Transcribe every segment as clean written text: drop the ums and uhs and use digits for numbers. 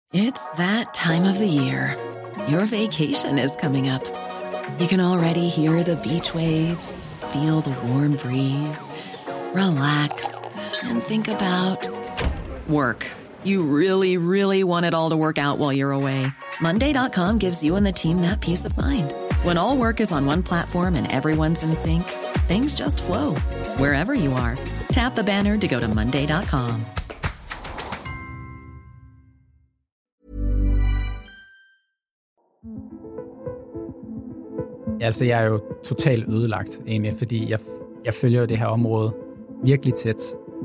It's that time of the year. Your vacation is coming up. You can already hear the beach waves, feel the warm breeze, relax, and think about work. You really, really want it all to work out while you're away. Monday.com gives you and the team that peace of mind. When all work is on one platform and everyone's in sync, things just flow. Wherever you are, tap the banner to go to Monday.com. Altså, jeg er jo totalt ødelagt, egentlig, fordi jeg følger jo det her område virkelig tæt.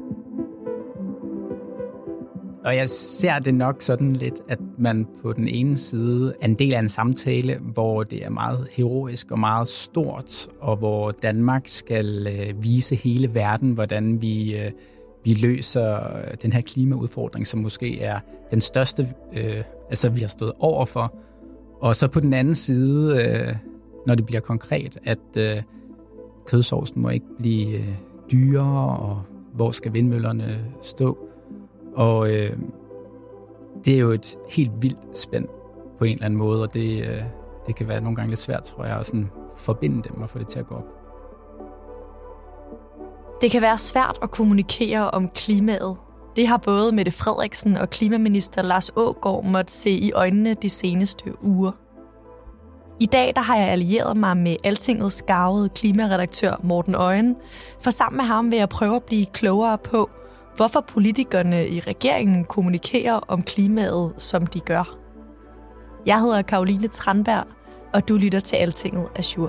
Og jeg ser det nok sådan lidt, at man på den ene side er en del af en samtale, hvor det er meget heroisk og meget stort, og hvor Danmark skal vise hele verden, hvordan vi løser den her klimaudfordring, som måske er den største, vi har stået overfor. Og så på den anden side, når det bliver konkret, at kødsovsen må ikke blive dyrere, og hvor skal vindmøllerne stå. Og det er jo et helt vildt spænd på en eller anden måde, og det kan være nogle gange lidt svært, tror jeg, at sådan forbinde dem og få det til at gå op. Det kan være svært at kommunikere om klimaet. Det har både Mette Frederiksen og klimaminister Lars Aagaard måtte se i øjnene de seneste uger. I dag der har jeg allieret mig med Altingets garvede klimaredaktør Morten Øjen, for sammen med ham vil jeg prøve at blive klogere på, hvorfor politikerne i regeringen kommunikerer om klimaet, som de gør. Jeg hedder Caroline Tranberg, og du lytter til Altinget Azure.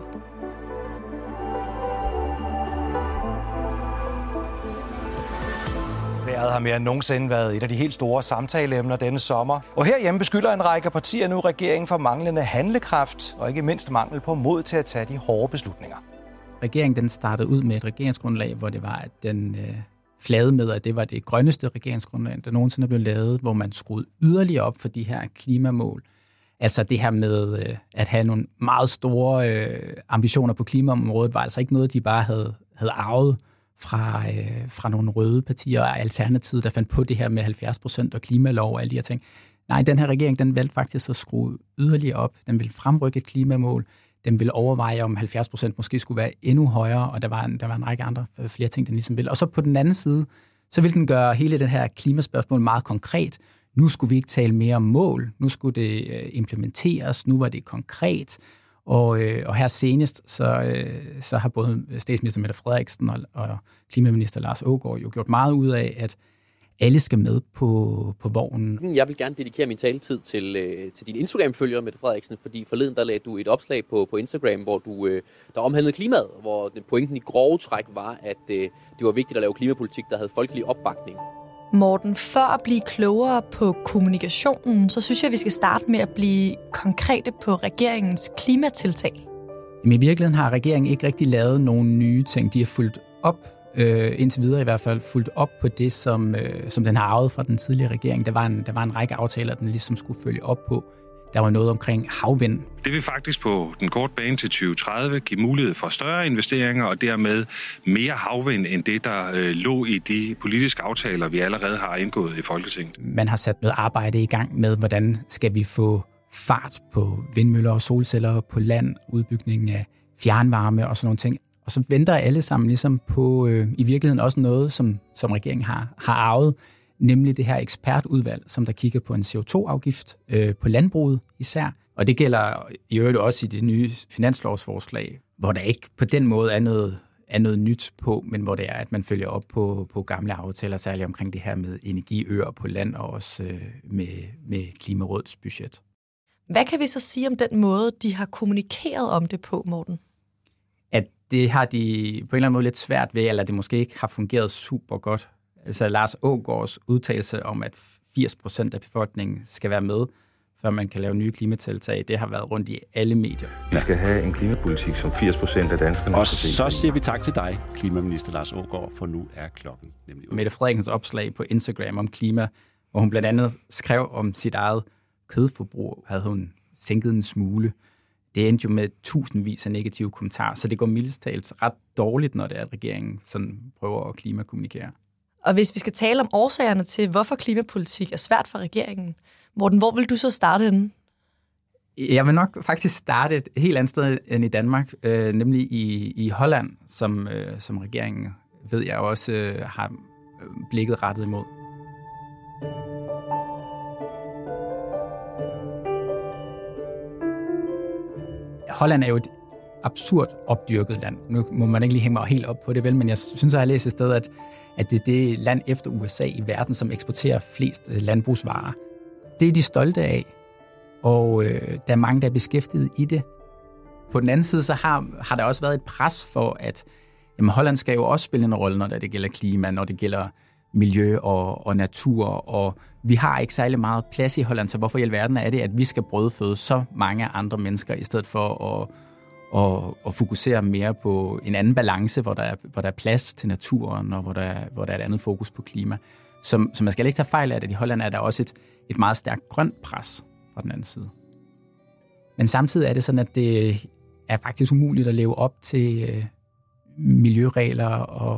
Vejret har mere end nogensinde været et af de helt store samtaleemner denne sommer. Og herhjemme beskylder en række partier nu regeringen for manglende handlekraft, og ikke mindst mangel på mod til at tage de hårde beslutninger. Regeringen den startede ud med et regeringsgrundlag, hvor det var, at den flade med, at det var det grønneste regeringsgrundlag, der nogensinde blev lavet, hvor man skruede yderligere op for de her klimamål. Altså det her med at have nogle meget store ambitioner på klimaområdet, var altså ikke noget, de bare havde arvet fra nogle røde partier og Alternativet, der fandt på det her med 70% og klimalov og alle de her ting. Nej, den her regering, den valgte faktisk at skrue yderligere op. Den ville fremrykke et klimamål. Den ville overveje, om 70% måske skulle være endnu højere, og der var en række andre flere ting, den ligesom ville. Og så på den anden side, så ville den gøre hele den her klimaspørgsmål meget konkret. Nu skulle vi ikke tale mere om mål. Nu skulle det implementeres. Nu var det konkret. Og her senest, så har både statsminister Mette Frederiksen og klimaminister Lars Aagaard jo gjort meget ud af, at alle skal med på vognen. Jeg vil gerne dedikere min taletid til dine Instagram-følgere, Mette Frederiksen, fordi forleden der lagde du et opslag på Instagram, hvor der omhandlede klimaet, hvor pointen i grove træk var, at det var vigtigt at lave klimapolitik, der havde folkelig opbakning. Morten, for at blive klogere på kommunikationen, så synes jeg, vi skal starte med at blive konkrete på regeringens klimatiltag. Men i virkeligheden har regeringen ikke rigtig lavet nogen nye ting. De har fulgt op, indtil videre i hvert fald, fulgt op på det, som den har arvet fra den tidligere regering. Der var en række aftaler, den ligesom skulle følge op på. Der var noget omkring havvind. Det vil faktisk på den korte bane til 2030 give mulighed for større investeringer og dermed mere havvind end det, der lå i de politiske aftaler, vi allerede har indgået i Folketinget. Man har sat noget arbejde i gang med, hvordan skal vi få fart på vindmøller og solceller på land, udbygning af fjernvarme og sådan nogle ting. Og så venter alle sammen ligesom på i virkeligheden også noget, som regeringen har arvet, nemlig det her ekspertudvalg, som der kigger på en CO2-afgift på landbruget især. Og det gælder i øvrigt også i det nye finanslovsforslag, hvor der ikke på den måde er noget nyt på, men hvor det er, at man følger op på gamle aftaler, særligt omkring det her med energiøer på land og også med Klimarådets budget. Hvad kan vi så sige om den måde, de har kommunikeret om det på, Morten? At det har de på en eller anden måde lidt svært ved, eller det måske ikke har fungeret super godt. Altså Lars Aagaards udtalelse om, at 80% af befolkningen skal være med, før man kan lave nye klimatiltag, det har været rundt i alle medier. Vi skal have en klimapolitik, som 80% af danskerne... Og så siger vi tak til dig, klimaminister Lars Aagaard, for nu er klokken nemlig 8. Mette Frederiksens opslag på Instagram om klima, hvor hun blandt andet skrev om sit eget kødforbrug, havde hun sænket en smule. Det endte jo med tusindvis af negative kommentarer, så det går mildest talt ret dårligt, når det er, at regeringen sådan prøver at klimakommunikere. Og hvis vi skal tale om årsagerne til, hvorfor klimapolitik er svært for regeringen, Morten, hvor vil du så starte henne? Jeg vil nok faktisk starte et helt andet sted end i Danmark, nemlig i Holland, som regeringen, ved jeg også, har blikket rettet imod. Holland er jo et absurd opdyrket land. Nu må man ikke lige hænge mig helt op på det, vel, men jeg synes, jeg har læst et sted, at det er det land efter USA i verden, som eksporterer flest landbrugsvarer. Det er de stolte af, og der er mange, der er beskæftiget i det. På den anden side, så har der også været et pres for, at Holland skal jo også spille en rolle, når det gælder klima, når det gælder miljø og natur, og vi har ikke særlig meget plads i Holland, så hvorfor i alverden er det, at vi skal brødføde så mange andre mennesker, i stedet for at fokusere mere på en anden balance, hvor der er plads til naturen, og hvor der er et andet fokus på klima. Så man skal ikke tage fejl af det. I Holland er der også et meget stærkt grønt pres fra den anden side. Men samtidig er det sådan, at det er faktisk umuligt at leve op til miljøregler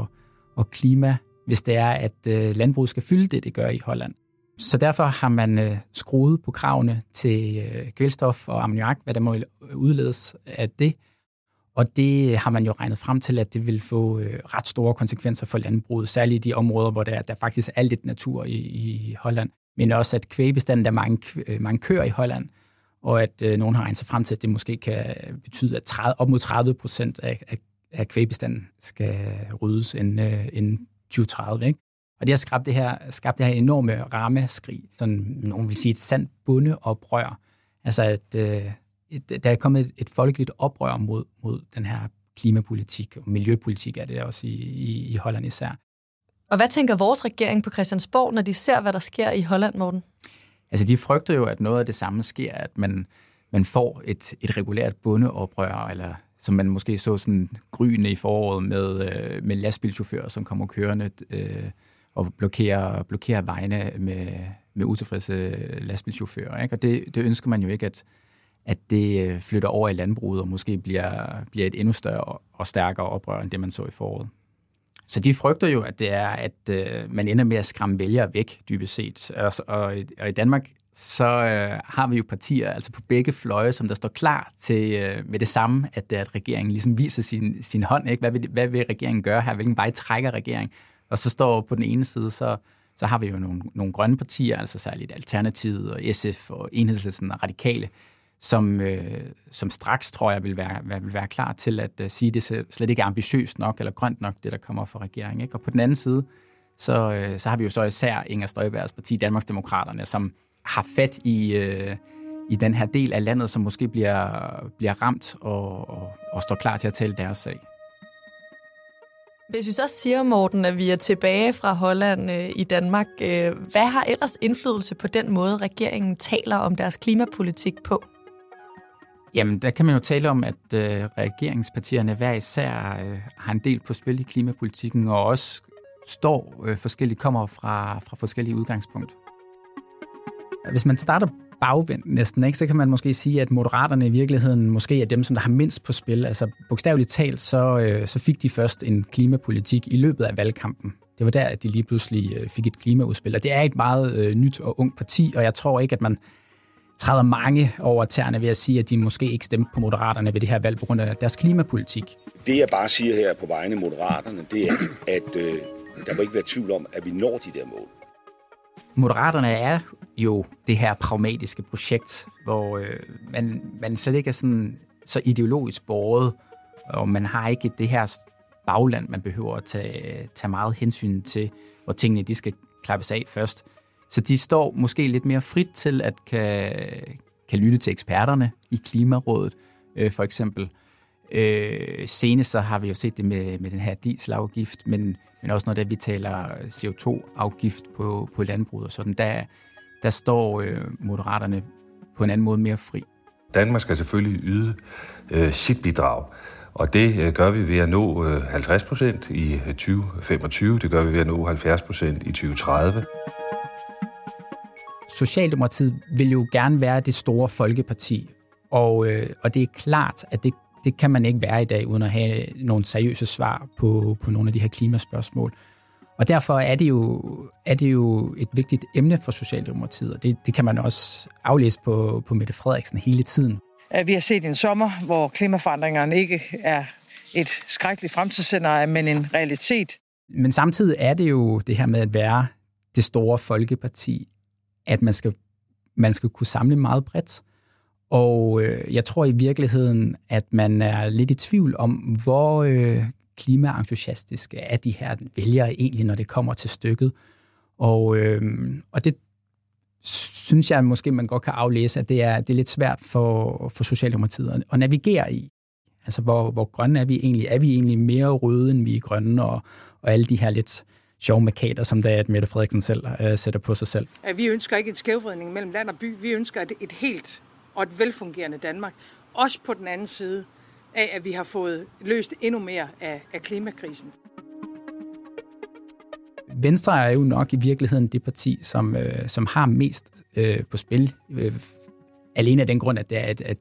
og klima, hvis det er, at landbruget skal fylde det gør i Holland. Så derfor har man skruet på kravene til kvælstof og ammoniak, hvad der må udledes af det. Og det har man jo regnet frem til, at det vil få ret store konsekvenser for landbruget, særligt i de områder, hvor der faktisk er lidt natur i Holland. Men også, at kvægbestanden, der er mange køer i Holland, og at nogen har regnet sig frem til, at det måske kan betyde, at op mod 30% af kvægbestanden skal ryddes inden 2030, ikke? Og det har skabt det her enorme rammeskrig, sådan nogen vil sige et sandt bondeoprør. Altså at der er kommet et folkeligt oprør mod den her klimapolitik, og miljøpolitik er det også i Holland især. Og hvad tænker vores regering på Christiansborg, når de ser, hvad der sker i Holland, Morten? Altså de frygter jo, at noget af det samme sker, at man får et regulært bondeoprør, eller som man måske så sådan gryende i foråret med lastbilchauffører, som kommer kørende og blokerer vejene med utilfredse lastbilchauffører, ikke? Og det ønsker man jo ikke, at det flytter over i landbruget og måske bliver et endnu større og stærkere oprør, end det man så i foråret. Så de frygter jo, at det er, at man ender med at skræmme vælgere væk, dybest set. Og i Danmark, så har vi jo partier altså på begge fløje, som der står klar til med det samme, at regeringen ligesom viser sin hånd, ikke? Hvad vil regeringen gøre her? Hvilken vej trækker regeringen? Og så står på den ene side, så har vi jo nogle grønne partier, altså særligt Alternativet og SF og Enhedslisten og Radikale, som straks, tror jeg, vil være klar til at sige, at det slet ikke er ambitiøst nok eller grønt nok, det der kommer fra regeringen, ikke? Og på den anden side, så har vi jo så især Inger Støjbergs parti, Danmarksdemokraterne, som har fat i den her del af landet, som måske bliver ramt og står klar til at tale deres sag. Hvis vi så siger, Morten, at vi er tilbage fra Holland i Danmark, hvad har ellers indflydelse på den måde, regeringen taler om deres klimapolitik på? Jamen, der kan man jo tale om, at regeringspartierne hver især har en del på spil i klimapolitikken, og også kommer fra forskellige udgangspunkter. Hvis man starter bagvendt næsten, ikke, så kan man måske sige, at Moderaterne i virkeligheden måske er dem, som der har mindst på spil. Altså bogstaveligt talt, så fik de først en klimapolitik i løbet af valgkampen. Det var der, at de lige pludselig fik et klimaudspil. Og det er et meget nyt og ungt parti, og jeg tror ikke, at man træder mange over tæerne ved at sige, at de måske ikke stemte på Moderaterne ved det her valg på grund af deres klimapolitik. Det, jeg bare siger her på vegne af Moderaterne, det er, at der må ikke være tvivl om, at vi når de der mål. Moderaterne er jo det her pragmatiske projekt, hvor man slet ikke er sådan så ideologisk båret, og man har ikke det her bagland, man behøver at tage meget hensyn til, hvor tingene de skal klappes af først. Så de står måske lidt mere frit til at kan lytte til eksperterne i Klimarådet, for eksempel. Senest så har vi jo set det med den her dieselafgift, men også når vi taler CO2-afgift på landbruget og sådan, der står Moderaterne på en anden måde mere fri. Danmark skal selvfølgelig yde sit bidrag, og det gør vi ved at nå 50% i 2025, det gør vi ved at nå 70% i 2030. Socialdemokratiet vil jo gerne være det store folkeparti, og det er klart, at det kan man ikke være i dag, uden at have nogle seriøse svar på nogle af de her klimaspørgsmål. Og derfor er det jo et vigtigt emne for Socialdemokratiet, og det kan man også aflæse på Mette Frederiksen hele tiden. Vi har set en sommer, hvor klimaforandringerne ikke er et skrækkeligt fremtidsscenarie, men en realitet. Men samtidig er det jo det her med at være det store folkeparti, at man skal kunne samle meget bredt. Og jeg tror i virkeligheden, at man er lidt i tvivl om, hvor klimaentusiastiske er de her vælgere egentlig, når det kommer til stykket. Og det synes jeg måske, man godt kan aflæse, at det er lidt svært for Socialdemokratiet at navigere i. Altså, hvor grønne er vi egentlig? Er vi egentlig mere røde, end vi er grønne? Og alle de her lidt sjove markader, som det er, at Mette Frederiksen selv sætter på sig selv. Vi ønsker ikke en skævvridning mellem land og by. Vi ønsker et helt og et velfungerende Danmark. Også på den anden side af, at vi har fået løst endnu mere af klimakrisen. Venstre er jo nok i virkeligheden det parti, som har mest på spil. Alene af den grund, at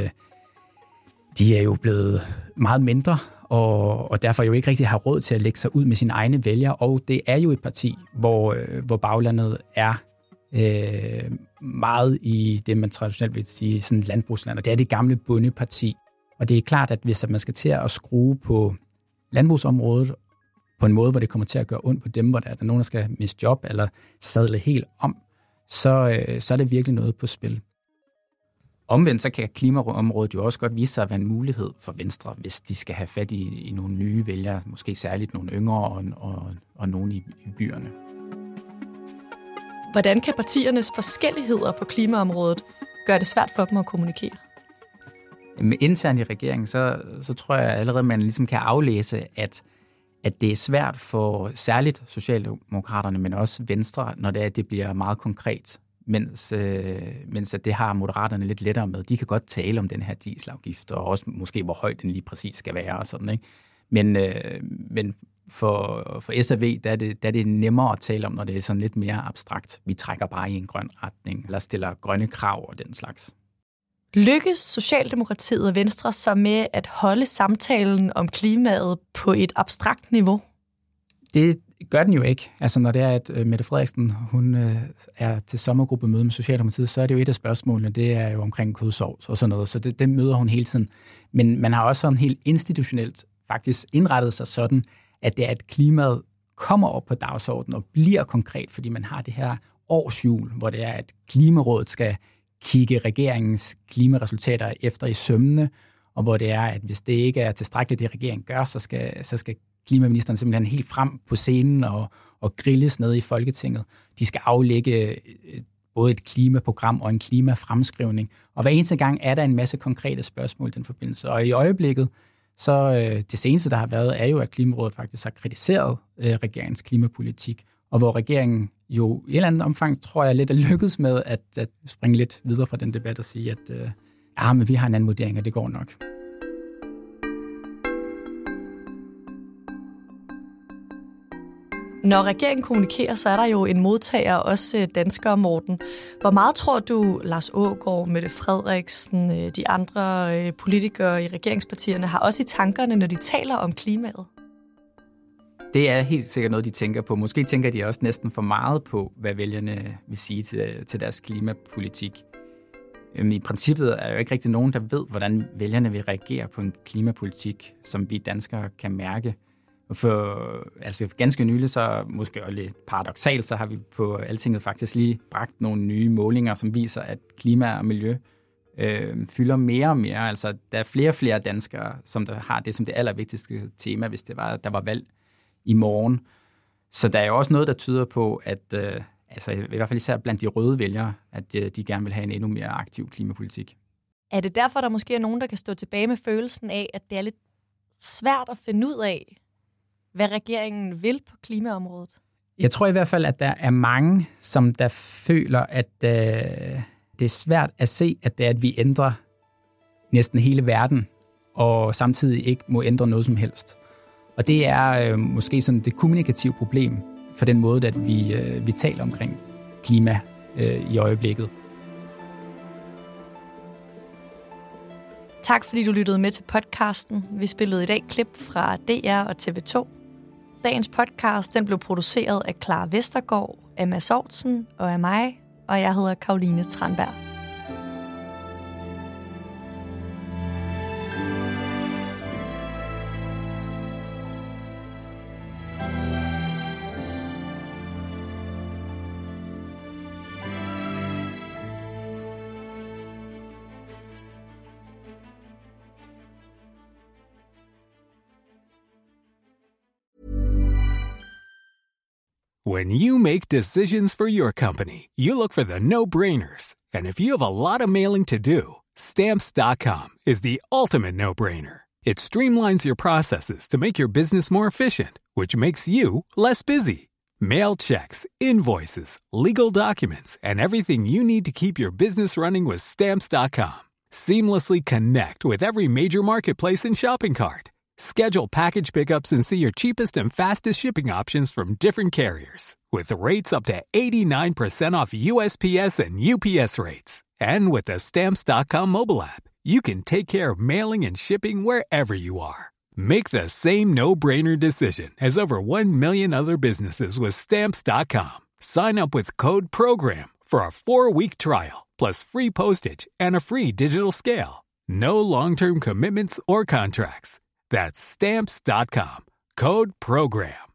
de er jo blevet meget mindre, og derfor jo ikke rigtig har råd til at lægge sig ud med sine egne vælgere. Og det er jo et parti, hvor baglandet er meget i det, man traditionelt vil sige, sådan landbrugsland, og det er det gamle bondeparti. Og det er klart, at hvis man skal til at skrue på landbrugsområdet på en måde, hvor det kommer til at gøre ondt på dem, hvor der er nogen, der skal miste job eller sadle helt om, så er det virkelig noget på spil. Omvendt så kan klimaområdet jo også godt vise sig at være en mulighed for Venstre, hvis de skal have fat i nogle nye vælgere, måske særligt nogle yngre og nogle i byerne. Hvordan kan partiernes forskelligheder på klimaområdet gøre det svært for dem at kommunikere? Internt i regeringen, så tror jeg allerede, man ligesom kan aflæse, at det er svært for særligt Socialdemokraterne, men også Venstre, når det bliver meget konkret. Mens at det har Moderaterne lidt lettere med. De kan godt tale om den her dieselafgift, og også måske, hvor høj den lige præcis skal være og sådan, ikke? Men for S&V, der er det nemmere at tale om, når det er sådan lidt mere abstrakt. Vi trækker bare i en grøn retning, eller stiller grønne krav og den slags. Lykkes Socialdemokratiet og Venstre så med at holde samtalen om klimaet på et abstrakt niveau? Det gør den jo ikke. Altså når det er, at Mette Frederiksen hun er til sommergruppemøde med Socialdemokratiet, så er det jo et af spørgsmålene, det er jo omkring kødsovs og sådan noget, så det møder hun hele tiden. Men man har også sådan helt institutionelt faktisk indrettet sig sådan, at det er, at klimaet kommer op på dagsordenen og bliver konkret, fordi man har det her årshjul, hvor det er, at Klimarådet skal kigge regeringens klimaresultater efter i sømmene, og hvor det er, at hvis det ikke er tilstrækkeligt, det regeringen gør, så skal klimaministeren simpelthen helt frem på scenen og grilles nede i Folketinget. De skal aflægge både et klimaprogram og en klimafremskrivning. Og hver eneste gang er der en masse konkrete spørgsmål i den forbindelse. Og i øjeblikket, så det seneste, der har været, er jo, at Klimarådet faktisk har kritiseret regeringens klimapolitik, og hvor regeringen jo i et eller andet omfang, tror jeg, lidt er lykkedes med at springe lidt videre fra den debat og sige, at men vi har en anden vurdering, og det går nok. Når regeringen kommunikerer, så er der jo en modtager, også danskere, Morten. Hvor meget tror du, Lars Aagaard, Mette Frederiksen, de andre politikere i regeringspartierne har også i tankerne, når de taler om klimaet? Det er helt sikkert noget, de tænker på. Måske tænker de også næsten for meget på, hvad vælgerne vil sige til deres klimapolitik. I princippet er jo ikke rigtig nogen, der ved, hvordan vælgerne vil reagere på en klimapolitik, som vi danskere kan mærke. For ganske nylig, så måske også lidt paradoksalt, så har vi på Altinget faktisk lige bragt nogle nye målinger, som viser, at klima og miljø fylder mere og mere. Altså, der er flere og flere danskere, som der har det som det allervigtigste tema, hvis det var, der var valg i morgen. Så der er jo også noget, der tyder på, at i hvert fald især blandt de røde vælgere, at de gerne vil have en endnu mere aktiv klimapolitik. Er det derfor, der måske er nogen, der kan stå tilbage med følelsen af, at det er lidt svært at finde ud af, hvad regeringen vil på klimaområdet? Jeg tror i hvert fald, at der er mange, som der føler, at det er svært at se, at det er, at vi ændrer næsten hele verden, og samtidig ikke må ændre noget som helst. Og det er måske sådan det kommunikative problem for den måde, at vi taler omkring klima i øjeblikket. Tak fordi du lyttede med til podcasten. Vi spillede i dag klip fra DR og TV2. Dagens podcast den blev produceret af Clara Vestergaard, af Mads Aartsen og af mig, og jeg hedder Caroline Tranberg. When you make decisions for your company, you look for the no-brainers. And if you have a lot of mailing to do, Stamps.com is the ultimate no-brainer. It streamlines your processes to make your business more efficient, which makes you less busy. Mail checks, invoices, legal documents, and everything you need to keep your business running with Stamps.com. Seamlessly connect with every major marketplace and shopping cart. Schedule package pickups and see your cheapest and fastest shipping options from different carriers. With rates up to 89% off USPS and UPS rates. And with the Stamps.com mobile app, you can take care of mailing and shipping wherever you are. Make the same no-brainer decision as over 1 million other businesses with Stamps.com. Sign up with code PROGRAM for a 4-week trial, plus free postage and a free digital scale. No long-term commitments or contracts. That's Stamps.com. Code PROGRAM.